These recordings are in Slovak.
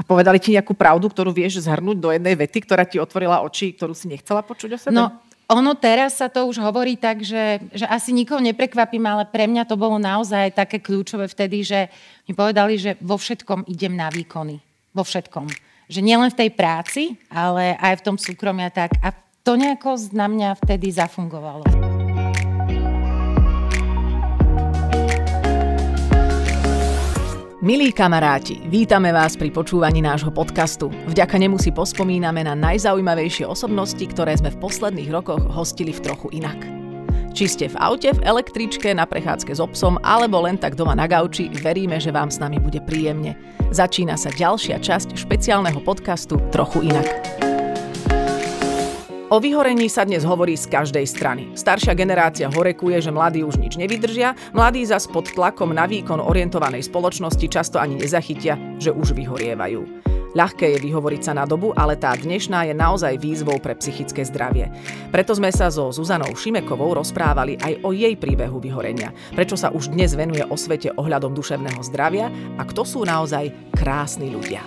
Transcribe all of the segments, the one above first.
povedali ti nejakú pravdu, ktorú vieš zhrnúť do jednej vety, ktorá ti otvorila oči, ktorú si nechcela počuť o sebe? No, ono teraz sa to už hovorí tak, že asi nikoho neprekvapím, ale pre mňa to bolo naozaj také kľúčové vtedy, že mi povedali, že vo všetkom idem na výkony. Vo všetkom. Že nielen v tej práci, ale aj v tom súkromí a tak. A to nejako na mňa vtedy zafungovalo. Milí kamaráti, vítame vás pri počúvaní nášho podcastu. Vďaka nemu si pospomíname na najzaujímavejšie osobnosti, ktoré sme v posledných rokoch hostili v Trochu inak. Či ste v aute, v električke, na prechádzke s obsom, alebo len tak doma na gauči, veríme, že vám s nami bude príjemne. Začína sa ďalšia časť špeciálneho podcastu Trochu inak. O vyhorení sa dnes hovorí z každej strany. Staršia generácia horekuje, že mladí už nič nevydržia, mladí zas pod tlakom na výkon orientovanej spoločnosti často ani nezachytia, že už vyhorievajú. Ľahké je vyhovoriť sa na dobu, ale tá dnešná je naozaj výzvou pre psychické zdravie. Preto sme sa so Zuzanou Šimekovou rozprávali aj o jej príbehu vyhorenia. Prečo sa už dnes venuje osvete ohľadom duševného zdravia a kto sú naozaj krásni ľudia.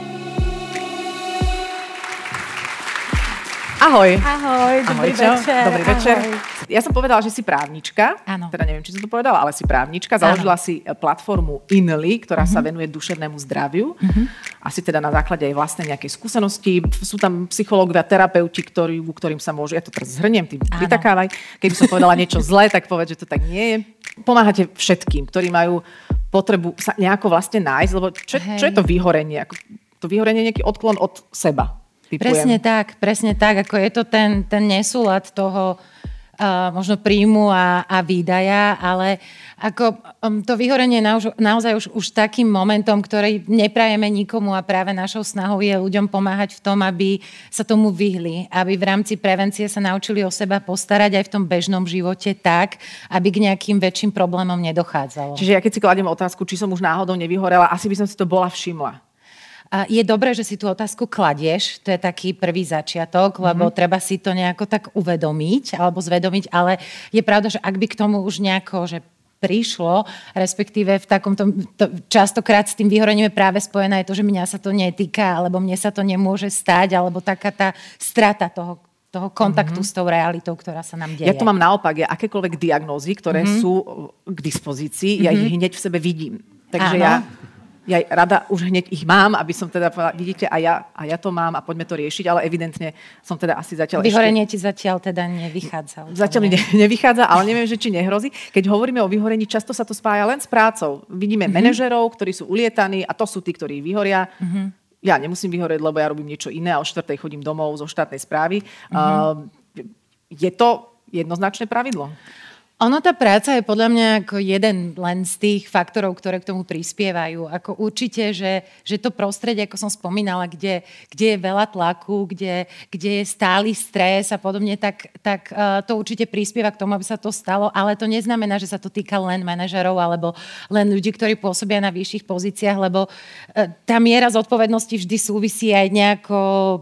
Ahoj. Ahoj, dobrý večer. Dobrý večer. Ahoj. Ja som povedala, že si právnička. Áno. Teda neviem, či som to povedala, ale si právnička. Založila si platformu Inly, ktorá sa venuje duševnému zdraviu. Asi teda na základe aj vlastnej nejakej skúsenosti. Sú tam psychológovia, terapeuti, ktorým sa môžu, ja to teraz zhrniem, ty vytakávaj. Keby som povedala niečo zlé, tak povedz, že to tak nie je. Pomáhate všetkým, ktorí majú potrebu sa nejako vlastne nájsť, lebo čo je to vyhorenie? To vyhorenie je nejaký odklon od seba. Presne tak, ako je to ten nesúlad toho možno príjmu a výdaja, ale ako to vyhorenie je naozaj už takým momentom, ktorý neprajeme nikomu a práve našou snahou je ľuďom pomáhať v tom, aby sa tomu vyhli, aby v rámci prevencie sa naučili o seba postarať aj v tom bežnom živote tak, aby k nejakým väčším problémom nedochádzalo. Čiže ja keď si kladiem otázku, či som už náhodou nevyhorela, asi by som si to bola všimla. Je dobré, že si tú otázku kladieš, to je taký prvý začiatok, lebo treba si to nejako tak uvedomiť alebo zvedomiť, ale je pravda, že ak by k tomu už nejako, že prišlo, respektíve v takomto, častokrát s tým vyhorením je práve spojené aj to, že mňa sa to netýka, alebo mne sa to nemôže stať, alebo taká tá strata toho kontaktu s tou realitou, ktorá sa nám deje. Ja to mám naopak, akékoľvek diagnózy, ktoré sú k dispozícii, ja ich hneď v sebe vidím. Takže ja rada už hneď ich mám, aby som teda povedala, vidíte, a ja to mám a poďme to riešiť, ale evidentne som teda asi zatiaľ vyhorenie ti zatiaľ teda nevychádza. Zatiaľ mi nevychádza, ale neviem, že či nehrozí. Keď hovoríme o vyhorení, často sa to spája len s prácou. Vidíme manažerov, ktorí sú ulietaní a to sú tí, ktorí vyhoria. Ja nemusím vyhorieť, lebo ja robím niečo iné a o 4:00 chodím domov zo štátnej správy. Je to jednoznačné pravidlo? Ono, tá práca je podľa mňa ako jeden len z tých faktorov, ktoré k tomu prispievajú. Ako určite, že to prostredie, ako som spomínala, kde je veľa tlaku, kde je stály stres a podobne, tak to určite prispieva k tomu, aby sa to stalo, ale to neznamená, že sa to týka len manažerov alebo len ľudí, ktorí pôsobia na vyšších pozíciách, lebo tá miera zodpovednosti vždy súvisí aj nejako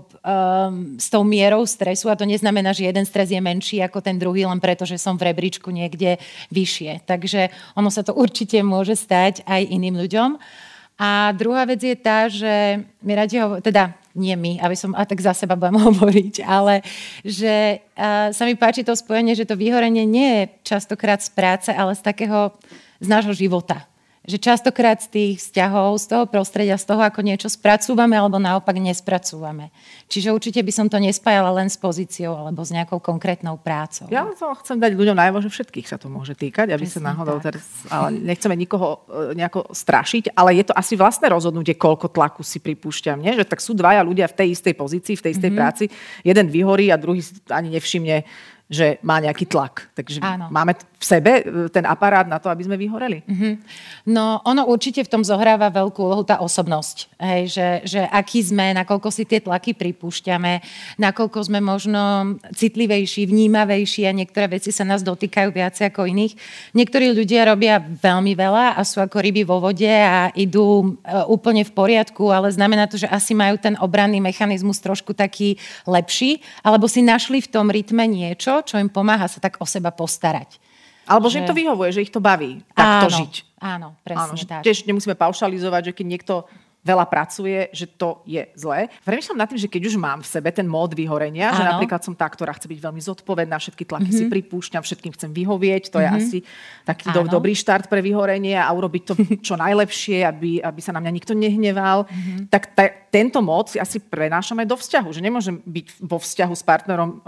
s tou mierou stresu a to neznamená, že jeden stres je menší ako ten druhý, len preto, že som v rebríčku niekde vyššie. Takže ono sa to určite môže stať aj iným ľuďom. A druhá vec je tá, že my radi teda nie my, aby som tak za seba budem hovoriť, ale že sa mi páči to spojenie, že to vyhorenie nie je častokrát z práce, ale z nášho života. Že častokrát z tých vzťahov, z toho prostredia, z toho, ako niečo spracúvame alebo naopak nespracúvame. Čiže určite by som to nespájala len s pozíciou alebo s nejakou konkrétnou prácou. Ja to chcem dať ľuďom najavo, že všetkých sa to môže týkať, aby sa náhodou teraz, ale nechceme nikoho nejako strašiť, ale je to asi vlastné rozhodnutie, koľko tlaku si pripúšťam, nie? Že tak sú dvaja ľudia v tej istej pozícii, v tej istej práci, jeden vyhorí a druhý ani nevšimne, že má nejaký tlak. Takže máme v sebe ten aparát na to, aby sme vyhoreli. No, ono určite v tom zohráva veľkú úlohu tá osobnosť. Hej, že aký sme, nakoľko si tie tlaky pripúšťame, nakoľko sme možno citlivejší, vnímavejší a niektoré veci sa nás dotýkajú viac ako iných. Niektorí ľudia robia veľmi veľa a sú ako ryby vo vode a idú úplne v poriadku, ale znamená to, že asi majú ten obranný mechanizmus trošku taký lepší, alebo si našli v tom rytme niečo, čo im pomáha sa tak o seba postarať. Alebo že im to vyhovuje, že ich to baví takto žiť. Áno, presne tak. Tiež nemusíme paušalizovať, že keď niekto veľa pracuje, že to je zlé. Premýšľam nad tým, že keď už mám v sebe ten mód vyhorenia, že napríklad som tá, ktorá chce byť veľmi zodpovedná, všetky tlaky si pripúšťam, všetkým chcem vyhovieť, to je asi taký dobrý štart pre vyhorenie a urobiť to čo najlepšie, aby sa na mňa nikto nehneval. Tak tento mód si asi prenášam aj do vzťahu, že nemôžem byť vo vzťahu s partnerom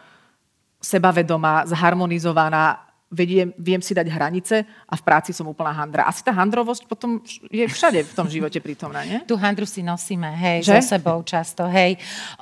sebavedomá, zharmonizovaná, viem si dať hranice a v práci som úplná handra. Asi tá handrovosť potom je všade v tom živote prítomná, nie? Tú handru si nosíme, hej, so sebou často, hej.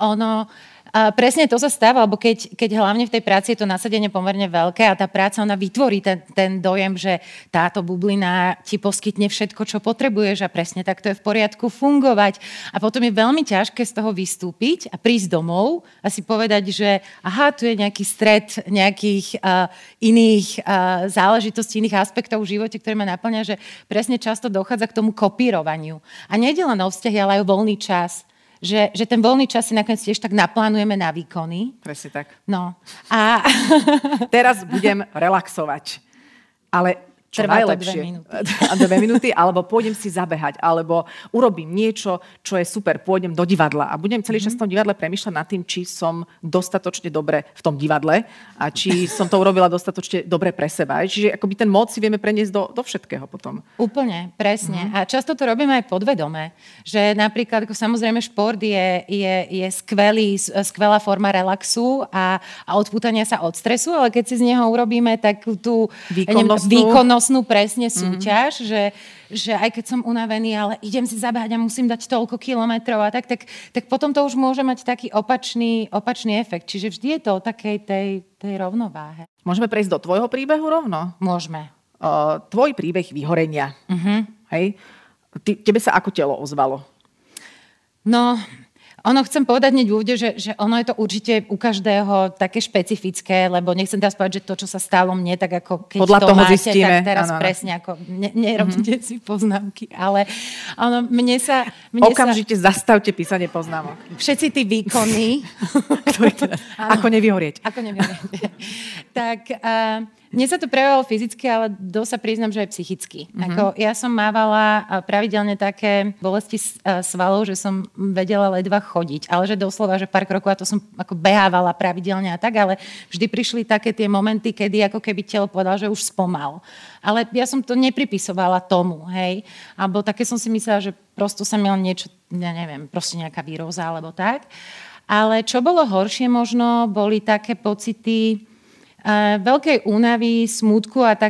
Presne to sa stáva, lebo keď hlavne v tej práci je to nasadenie pomerne veľké a tá práca, ona vytvorí ten dojem, že táto bublina ti poskytne všetko, čo potrebuješ a presne tak to je v poriadku fungovať. A potom je veľmi ťažké z toho vystúpiť a prísť domov a si povedať, že aha, tu je nejaký stred nejakých iných záležitostí, iných aspektov v živote, ktoré ma naplňa, že presne často dochádza k tomu kopírovaniu. A nejde len o vzťahy, ale aj o voľný čas. Že ten voľný čas si nakoniec tiež tak naplánujeme na výkony. Presne tak. No. A teraz budem relaxovať. Ale čo najlepšie. 2 minúty, alebo pôjdem si zabehať, alebo urobím niečo, čo je super, pôjdem do divadla a budem celý čas v tom divadle premýšľať nad tým, či som dostatočne dobre v tom divadle a či som to urobila dostatočne dobre pre seba. Čiže akoby ten mód si vieme preniesť do všetkého potom. Úplne, presne. A často to robíme aj podvedome. Že napríklad, ako samozrejme šport je skvelá forma relaxu a odpútania sa od stresu, ale keď si z neho urobíme takú tú výkonnostnú presne súťaž, že aj keď som unavený, ale idem si zabehať a musím dať toľko kilometrov a tak potom to už môže mať taký opačný efekt. Čiže vždy je to o takej tej rovnováhe. Môžeme prejsť do tvojho príbehu rovno? Môžeme. Tvoj príbeh vyhorenia. Hej? Tebe sa ako telo ozvalo? No, chcem povedať hneď v úvode, že ono je to určite u každého také špecifické, lebo nechcem teraz povedať, že to, čo sa stalo mne, tak ako keď podľa to toho máte, zistíme. Tak teraz presne ako nerobte si poznámky, ale mne sa okamžite zastavte písanie poznámok. Všetci tí výkony, ako nevyhorieť. Tak mne sa to prejavilo fyzicky, ale sa priznám, že aj psychicky. Ako ja som mávala pravidelne také bolesti svalov, že som vedela ledva chodiť, ale že doslova, že pár krokov a to som ako behávala pravidelne a tak, ale vždy prišli také tie momenty, kedy ako keby telo povedal, že už spomal. Ale ja som to nepripisovala tomu, hej. Alebo také som si myslela, že prosto sa miel niečo, ja neviem, proste nejaká výroza alebo tak. Ale čo bolo horšie možno, boli také pocity veľkej únavy, smútku a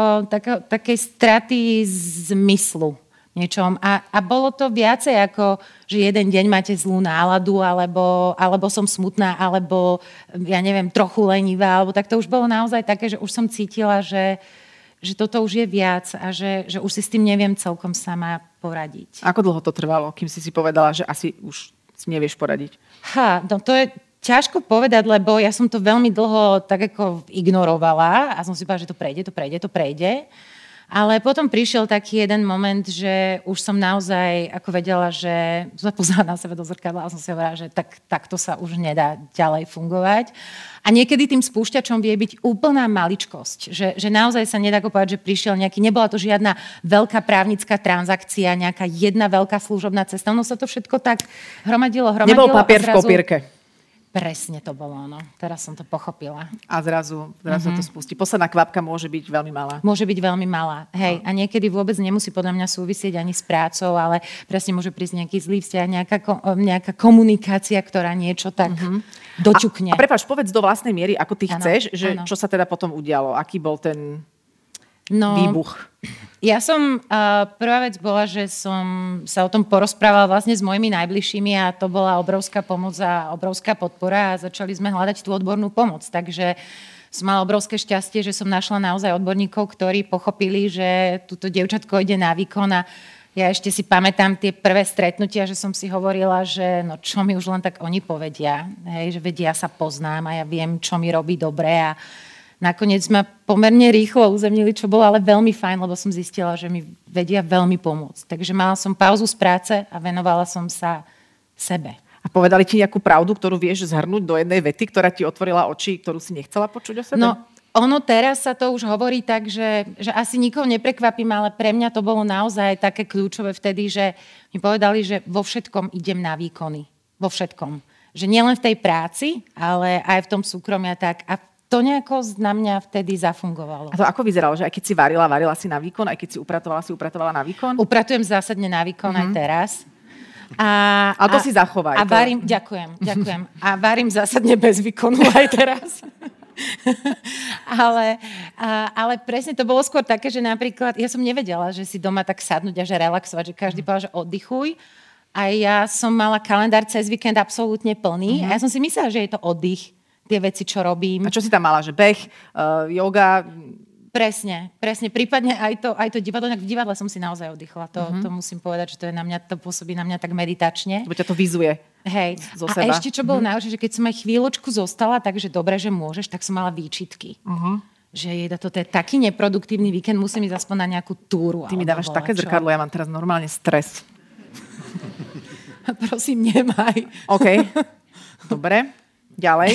takej straty zmyslu niečom. A bolo to viacej ako, že jeden deň máte zlú náladu, alebo som smutná, alebo ja neviem, trochu lenivá, alebo tak to už bolo naozaj také, že už som cítila, že toto už je viac a že už si s tým neviem celkom sama poradiť. Ako dlho to trvalo, kým si povedala, že asi už si nevieš poradiť? No to je ťažko povedať, lebo ja som to veľmi dlho tak ako ignorovala a som si povedala, že to prejde. Ale potom prišiel taký jeden moment, že už som naozaj ako vedela, že som pozerala na seba do zrkadla a som si hovorila, že takto sa už nedá ďalej fungovať. A niekedy tým spúšťačom vie byť úplná maličkosť. Že naozaj sa nedá povedať, že prišiel nejaký, nebola to žiadna veľká právnická transakcia, nejaká jedna veľká služobná cesta. Ono sa to všetko tak hromadilo. Nebol papier v kopírke. Presne to bolo ono. Teraz som to pochopila. A zrazu to spustí. Posledná kvapka môže byť veľmi malá. Môže byť veľmi malá. Hej. A niekedy vôbec nemusí podľa mňa súvisieť ani s prácou, ale presne môže prísť nejaký zlý vzťah, nejaká komunikácia, ktorá niečo tak doťukne. A prepáč, povedz do vlastnej miery, ako ty chceš, že čo sa teda potom udialo. Aký bol ten výbuch? Ja som, prvá vec bola, že som sa o tom porozprávala vlastne s mojimi najbližšími a to bola obrovská pomoc a obrovská podpora a začali sme hľadať tú odbornú pomoc. Takže som mala obrovské šťastie, že som našla naozaj odborníkov, ktorí pochopili, že túto dievčatko ide na výkon a ja ešte si pamätám tie prvé stretnutia, že som si hovorila, že no čo mi už len tak oni povedia, hej, že vedia, ja sa poznám a ja viem, čo mi robí dobre a nakoniec ma pomerne rýchlo uzemnili, čo bolo ale veľmi fajn, lebo som zistila, že mi vedia veľmi pomôcť. Takže mala som pauzu z práce a venovala som sa sebe. A povedali ti nejakú pravdu, ktorú vieš zhrnúť do jednej vety, ktorá ti otvorila oči, ktorú si nechcela počuť o sebe? No, Ono teraz sa to už hovorí tak, že asi nikoho neprekvapím, ale pre mňa to bolo naozaj také kľúčové vtedy, že mi povedali, že vo všetkom idem na výkony. Vo všetkom. Že nielen v tej práci, ale aj v tom súkromí a tak. A to nejako na mňa vtedy zafungovalo. A to ako vyzeralo? Že aj keď si varila si na výkon, aj keď si upratovala na výkon? Upratujem zásadne na výkon aj teraz. Ale to si zachovaj. A varím, ďakujem. A varím zásadne bez výkonu aj teraz. ale presne to bolo skôr také, že napríklad ja som nevedela, že si doma tak sadnúť a že relaxovať, že každý povedal, že oddychuj. A ja som mala kalendár cez víkend absolútne plný a ja som si myslela, že je to oddych, tie veci, čo robím. A čo si tam mala, že beh, yoga? Presne. Prípadne aj to divadlo, v divadle som si naozaj oddychla. To musím povedať, že to pôsobí na mňa tak meditačne. Lebo ťa to vizuje. Hej. Zo seba. A ešte čo bolo najhoršie, že keď som aj chvíľočku zostala, takže dobre, že môžeš, tak som mala výčitky. Že to je taký neproduktívny víkend, musím ísť aspoň na nejakú túru. Ty mi dávaš také zrkadlo, ja mám teraz normálne stres. Prosím, nemaj. OK. Dobre. Ďalej.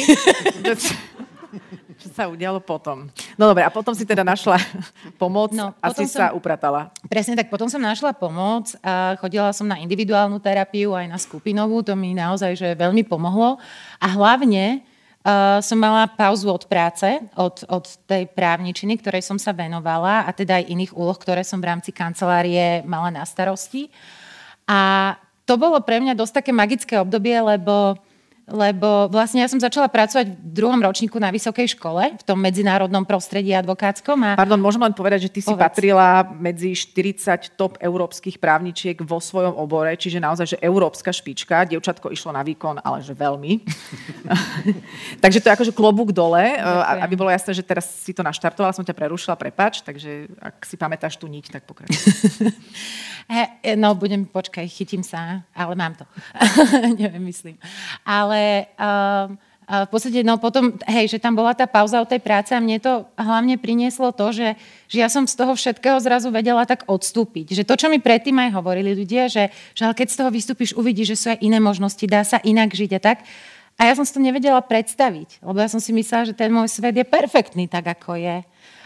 Čo sa udialo potom? No dobre, a potom si teda našla pomoc a si sa upratala. Presne tak, potom som našla pomoc a chodila som na individuálnu terapiu aj na skupinovú, to mi naozaj že veľmi pomohlo. A hlavne som mala pauzu od práce, od tej právničiny, ktorej som sa venovala a teda aj iných úloh, ktoré som v rámci kancelárie mala na starosti. A to bolo pre mňa dosť také magické obdobie, lebo vlastne ja som začala pracovať v 2. ročníku na vysokej škole, v tom medzinárodnom prostredí advokátskom. Pardon, môžem len povedať, že ty si patrila medzi 40 top európskych právničiek vo svojom obore, čiže naozaj, že európska špička. Dievčatko išlo na výkon, ale že veľmi. Takže to je akože klobúk dole, aby bolo jasné, že teraz si to naštartovala, som ťa prerušila, prepáč, takže ak si pamätáš tú niť, tak pokračuj. No, počkaj, chytím sa, ale mám to. Neviem, myslím. Ale v podstate, no potom, že tam bola tá pauza od tej práce a mne to hlavne prinieslo to, že ja som z toho všetkého zrazu vedela tak odstúpiť. Že to, čo mi predtým aj hovorili ľudia, že ale keď z toho vystúpiš, uvidíš, že sú aj iné možnosti, dá sa inak žiť a tak. A ja som si to nevedela predstaviť, lebo ja som si myslela, že ten môj svet je perfektný tak, ako je.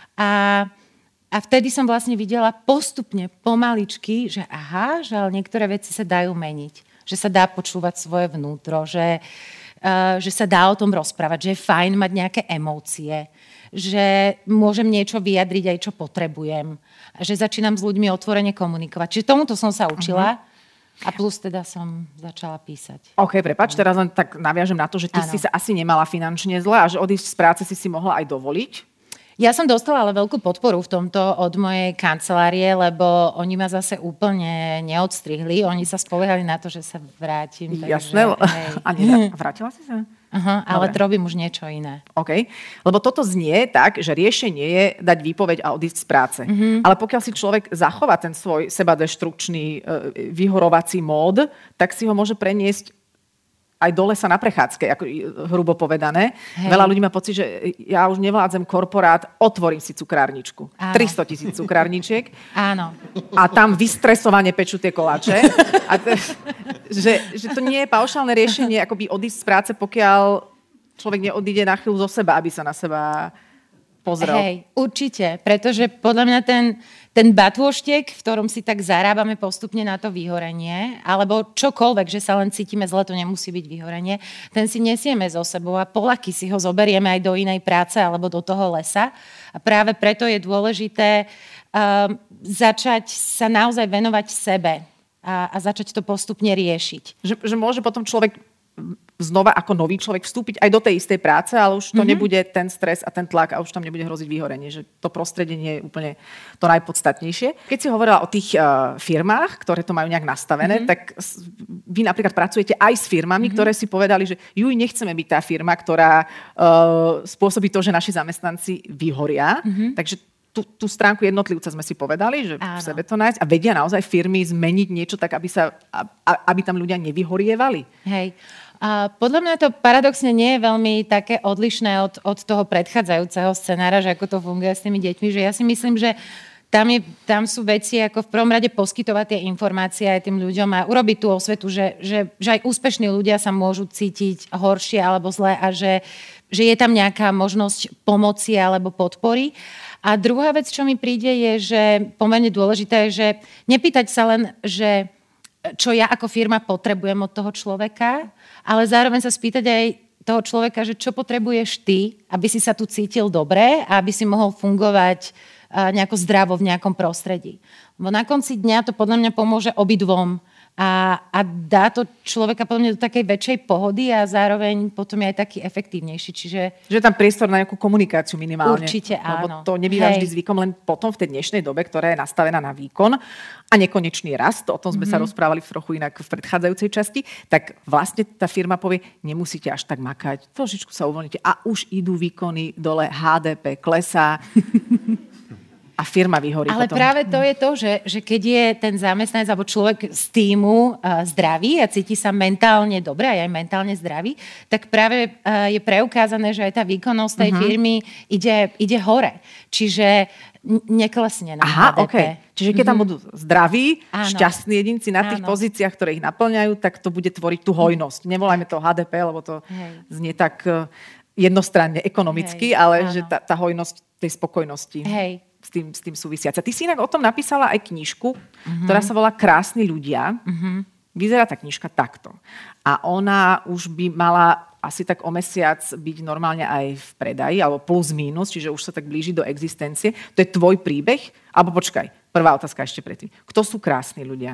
A vtedy som vlastne videla postupne, pomaličky, že že ale niektoré veci sa dajú meniť. Že sa dá počúvať svoje vnútro, že sa dá o tom rozprávať, že je fajn mať nejaké emócie, že môžem niečo vyjadriť aj čo potrebujem, že začínam s ľuďmi otvorene komunikovať. Čiže tomuto som sa učila a plus teda som začala písať. OK, prepáč, teraz len tak naviažem na to, že ty si sa asi nemala finančne zle a že odísť z práce si mohla aj dovoliť. Ja som dostala ale veľkú podporu v tomto od mojej kancelárie, lebo oni ma zase úplne neodstrihli. Oni sa spoliehali na to, že sa vrátim. Jasné. A vrátila si sa? Ale robím už niečo iné. OK. Lebo toto znie tak, že riešenie je dať výpoveď a odísť z práce. Ale pokiaľ si človek zachová ten svoj sebadeštrukčný vyhorovací mód, tak si ho môže preniesť aj do lesa na prechádzke, ako hrubo povedané. Veľa ľudí má pocit, že ja už nevládzem korporát, otvorím si cukrárničku. 300 000 cukrárničiek. Áno. A tam vystresovane pečú tie koláče. A že to nie je paušálne riešenie, akoby odísť z práce, pokiaľ človek neodíde na chvíľu zo seba, aby sa na seba pozrel. Určite. Pretože podľa mňa ten batôštek, v ktorom si tak zarábame postupne na to vyhorenie, alebo čokoľvek, že sa len cítime zle, to nemusí byť vyhorenie, ten si nesieme so sebou a poľaky si ho zoberieme aj do inej práce alebo do toho lesa. A práve preto je dôležité začať sa naozaj venovať sebe a začať to postupne riešiť. Že môže potom človek znova ako nový človek vstúpiť aj do tej istej práce, ale už to nebude ten stres a ten tlak a už tam nebude hroziť vyhorenie, že to prostredie nie je úplne to najpodstatnejšie. Keď si hovorila o tých firmách, ktoré to majú nejak nastavené, tak vy napríklad pracujete aj s firmami, ktoré si povedali, že nechceme byť tá firma, ktorá spôsobí to, že naši zamestnanci vyhoria. Takže tú stránku jednotlivca sme si povedali, že v sebe to nájsť a vedia naozaj firmy zmeniť niečo tak, aby tam ľudia nevyhorievali. Hej. A podľa mňa to paradoxne nie je veľmi také odlišné od toho predchádzajúceho scenára, že ako to funguje s tými deťmi, že ja si myslím, že tam sú veci, ako v prvom rade poskytovať tie informácie aj tým ľuďom a urobiť tú osvetu, že aj úspešní ľudia sa môžu cítiť horšie alebo zle a že že je tam nejaká možnosť pomoci alebo podpory. A druhá vec, čo mi príde, je, že pomerne dôležité je, že nepýtať sa len, že čo ja ako firma potrebujem od toho človeka, ale zároveň sa spýtať aj toho človeka, že čo potrebuješ ty, aby si sa tu cítil dobre a aby si mohol fungovať nejako zdravo v nejakom prostredí. Lebo na konci dňa to podľa mňa pomôže obidvom a dá to človeka podľa mňa do takej väčšej pohody a zároveň potom je aj taký efektívnejší. Čiže že tam priestor na nejakú komunikáciu minimálne. Určite áno. Lebo to nebýva vždy zvykom, len potom v tej dnešnej dobe, ktorá je nastavená na výkon a nekonečný rast, o tom sme sa rozprávali trochu inak v predchádzajúcej časti, tak vlastne tá firma povie, nemusíte až tak makať, trošičku sa uvoľnite a už idú výkony dole, HDP klesá. A firma vyhorí ale potom. Práve to je to, že keď je ten zamestnanec alebo človek z týmu zdravý a cíti sa mentálne dobre a aj mentálne zdravý, tak práve je preukázané, že aj tá výkonnosť tej firmy ide hore. Čiže neklesne na HDP. Okay. Čiže keď tam budú zdraví, šťastní jedinci na tých pozíciách, ktoré ich naplňajú, tak to bude tvoriť tú hojnosť. Nevolajme to HDP, lebo to znie tak jednostranne ekonomicky, ale že tá hojnosť tej spokojnosti. S tým súvisiaca. Ty si inak o tom napísala aj knižku, ktorá sa volá Krásni ľudia. Vyzerá tá knižka takto. A ona už by mala asi tak o mesiac byť normálne aj v predaji, alebo plus mínus, čiže už sa tak blíži do existencie. To je tvoj príbeh? Alebo počkaj, prvá otázka ešte predtým. Kto sú krásni ľudia?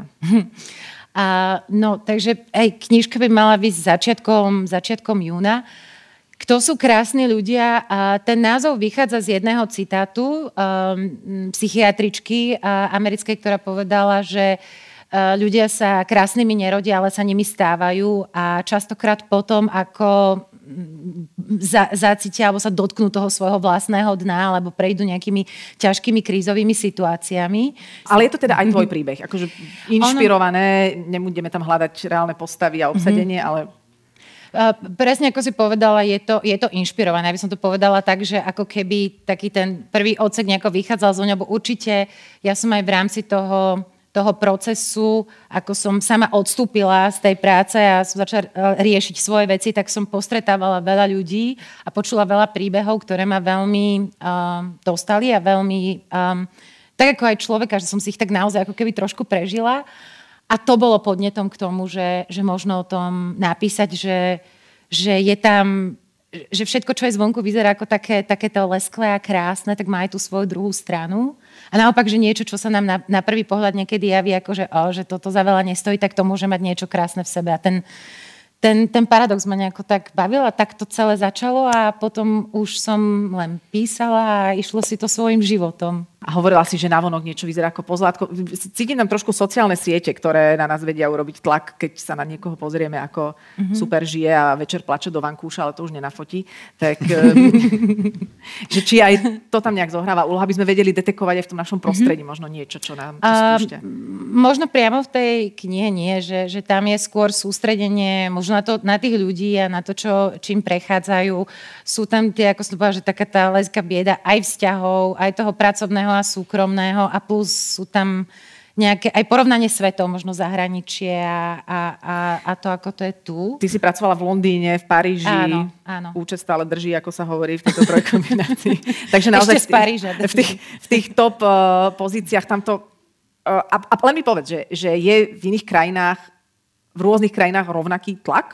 Takže aj knižka by mala výsť začiatkom júna. Kto sú krásni ľudia? Ten názov vychádza z jedného citátu psychiatričky americkej, ktorá povedala, že ľudia sa krásnymi nerodia, ale sa nimi stávajú a častokrát potom, ako zacítia alebo sa dotknú toho svojho vlastného dna alebo prejdú nejakými ťažkými krízovými situáciami. Ale je to teda aj tvoj príbeh. Akože inšpirované, nebudeme tam hľadať reálne postavy a obsadenie, ale... Presne ako si povedala, je to inšpirované. Ja by som to povedala tak, že ako keby taký ten prvý odsek nejako vychádzal z mňa, bo určite ja som aj v rámci toho procesu, ako som sama odstúpila z tej práce a som začala riešiť svoje veci, tak som postretávala veľa ľudí a počula veľa príbehov, ktoré ma veľmi dostali a veľmi tak ako aj človeka, že som si ich tak naozaj ako keby trošku prežila. A to bolo podnetom k tomu, že možno o tom napísať, že je tam, že všetko, čo je zvonku, vyzerá ako takéto lesklé a krásne, tak má aj tú svoju druhú stranu. A naopak, že niečo, čo sa nám na prvý pohľad niekedy javí, ako že toto za veľa nestojí, tak to môže mať niečo krásne v sebe. A ten paradox ma nejako tak bavil a tak to celé začalo a potom už som len písala a išlo si to svojim životom. A hovorila si, že navonok niečo vyzerá ako pozlátko. Cítim tam trošku sociálne siete, ktoré na nás vedia urobiť tlak, keď sa na niekoho pozrieme, ako super žije a večer plače do vankúša, ale to už nenafotí. Tak, že či aj to tam nejak zohráva úloha, aby sme vedeli detekovať aj v tom našom prostredí možno niečo, čo nám to spúšťa. Možno priamo v tej knihe nie, že tam je skôr sústredenie možno na tých ľudí a na to, čím prechádzajú. Sú tam tie, ako som povedala, že taká tá leská bieda aj vzťahov, aj toho pracovného a súkromného a plus sú tam nejaké aj porovnanie svetov, možno zahraničie a to, ako to je tu. Ty si pracovala v Londýne, v Paríži. Áno. Účet stále drží, ako sa hovorí v tejto trojkombinácii. Takže naozaj ešte z Paríža. V tých top pozíciách tamto... A len mi povedz, že je v iných krajinách, v rôznych krajinách rovnaký tlak?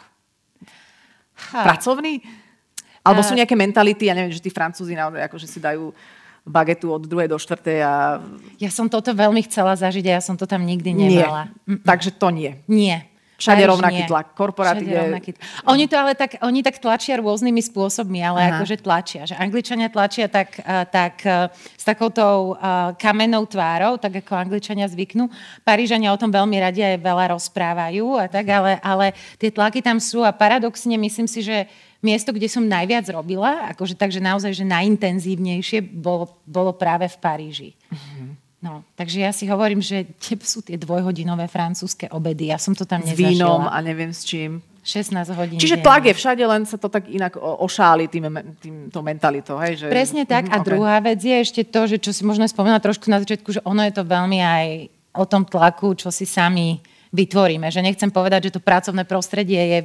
Pracovný? Alebo sú nejaké mentality, ja neviem, že tí Francúzi naozaj akože si dajú bagetu od 2. do 4. a... Ja som toto veľmi chcela zažiť a ja som to tam nikdy nemala. Nie. Takže to nie. Nie. Všade rovnaký tlak. Korporát ide... Oni to ale oni tak tlačia rôznymi spôsobmi, ale akože tlačia. Že Angličania tlačia tak s takoutou kamennou tvárou, tak ako Angličania zvyknú. Parížania o tom veľmi radi aj veľa rozprávajú a tak, ale tie tlaky tam sú a paradoxne myslím si, že miesto, kde som najviac robila, akože takže naozaj, že najintenzívnejšie bolo práve v Paríži. No, takže ja si hovorím, že sú tie 2-hodinové francúzske obedy. Ja som to tam nezažila. S vínom a neviem s čím. 16 hodín. Čiže tlak je všade, len sa to tak inak ošáli týmto mentalitou. Hej, že... Presne tak. A druhá vec je ešte to, že čo si možno spomínala trošku na začiatku, že ono je to veľmi aj o tom tlaku, čo si sami vytvoríme. Že nechcem povedať, že to pracovné prostredie je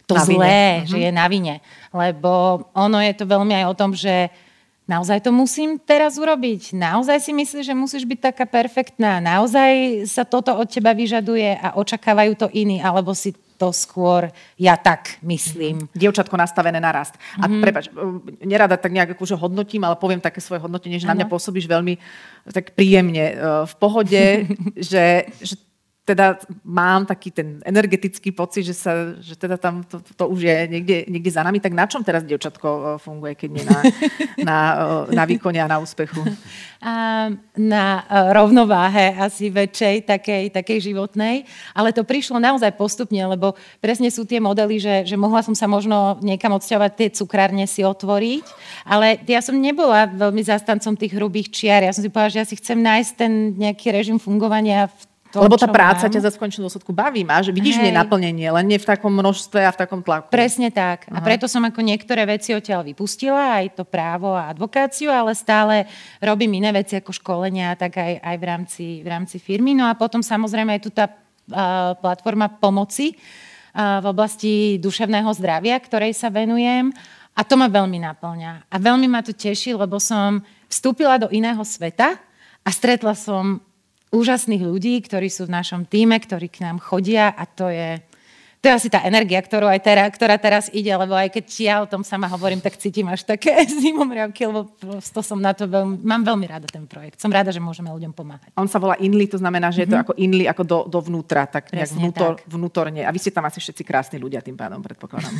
to zlé, že je na vine. Lebo ono je to veľmi aj o tom, že naozaj to musím teraz urobiť. Naozaj si myslíš, že musíš byť taká perfektná. Naozaj sa toto od teba vyžaduje a očakávajú to iní, alebo si to skôr ja tak myslím. Dievčatko nastavené na rast. A prepáč, nerada tak nejak akože hodnotím, ale poviem také svoje hodnotenie, že na mňa pôsobíš veľmi tak príjemne v pohode, že teda mám taký ten energetický pocit, že teda tam to už je niekde za nami. Tak na čom teraz dievčatko funguje, keď nie na výkone a na úspechu? Na rovnováhe asi väčšej, takej životnej. Ale to prišlo naozaj postupne, lebo presne sú tie modely, že mohla som sa možno niekam odsťahovať, tie cukrárne si otvoriť. Ale ja som nebola veľmi zastancom tých hrubých čiar. Ja som si povedala, že ja si chcem nájsť ten nejaký režim fungovania lebo tá práca ťa za skončenú dôsledku baví, že vidíš v nej naplnenie, len nie v takom množstve a v takom tlaku. Presne tak. A preto som ako niektoré veci odtiaľ vypustila, aj to právo a advokáciu, ale stále robím iné veci ako školenia, tak aj v rámci firmy. No a potom samozrejme aj tu tá platforma pomoci v oblasti duševného zdravia, ktorej sa venujem. A to ma veľmi naplňa. A veľmi ma to teší, lebo som vstúpila do iného sveta a stretla som úžasných ľudí, ktorí sú v našom tíme, ktorí k nám chodia a to je asi tá energia, ktorá teraz ide, lebo aj keď ja o tom sama hovorím, tak cítim až také zimomriavky, lebo prosto som na to mám veľmi rada ten projekt. Som rada, že môžeme ľuďom pomáhať. On sa volá Inly, to znamená, že je to ako Inly, ako dovnútra, tak nejak vnútorne. A vy ste tam asi všetci krásni ľudia, tým pádom predpokladám.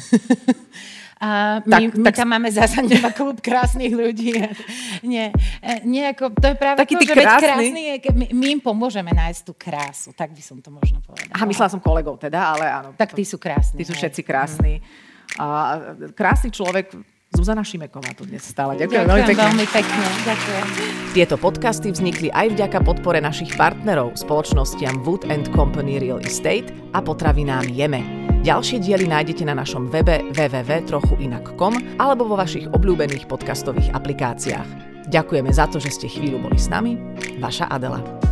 My tam máme zasa klub krásnych ľudí. Nie, ako, to je práve taký to, že krásny je, my im pomôžeme nájsť tú krásu, tak by som to možno povedala. Aha, myslela som kolegov teda, ale áno. Tak tí sú krásni. Tí sú všetci krásni. A krásny človek, Zuzana Šimeková tu dnes stála. Ďakujem veľmi pekne. Ďakujem. Tieto podcasty vznikli aj vďaka podpore našich partnerov, spoločnostiam Wood & Company Real Estate a potravinám Jeme. Ďalšie diely nájdete na našom webe www.trochuinak.com alebo vo vašich obľúbených podcastových aplikáciách. Ďakujeme za to, že ste chvíľu boli s nami. Vaša Adela.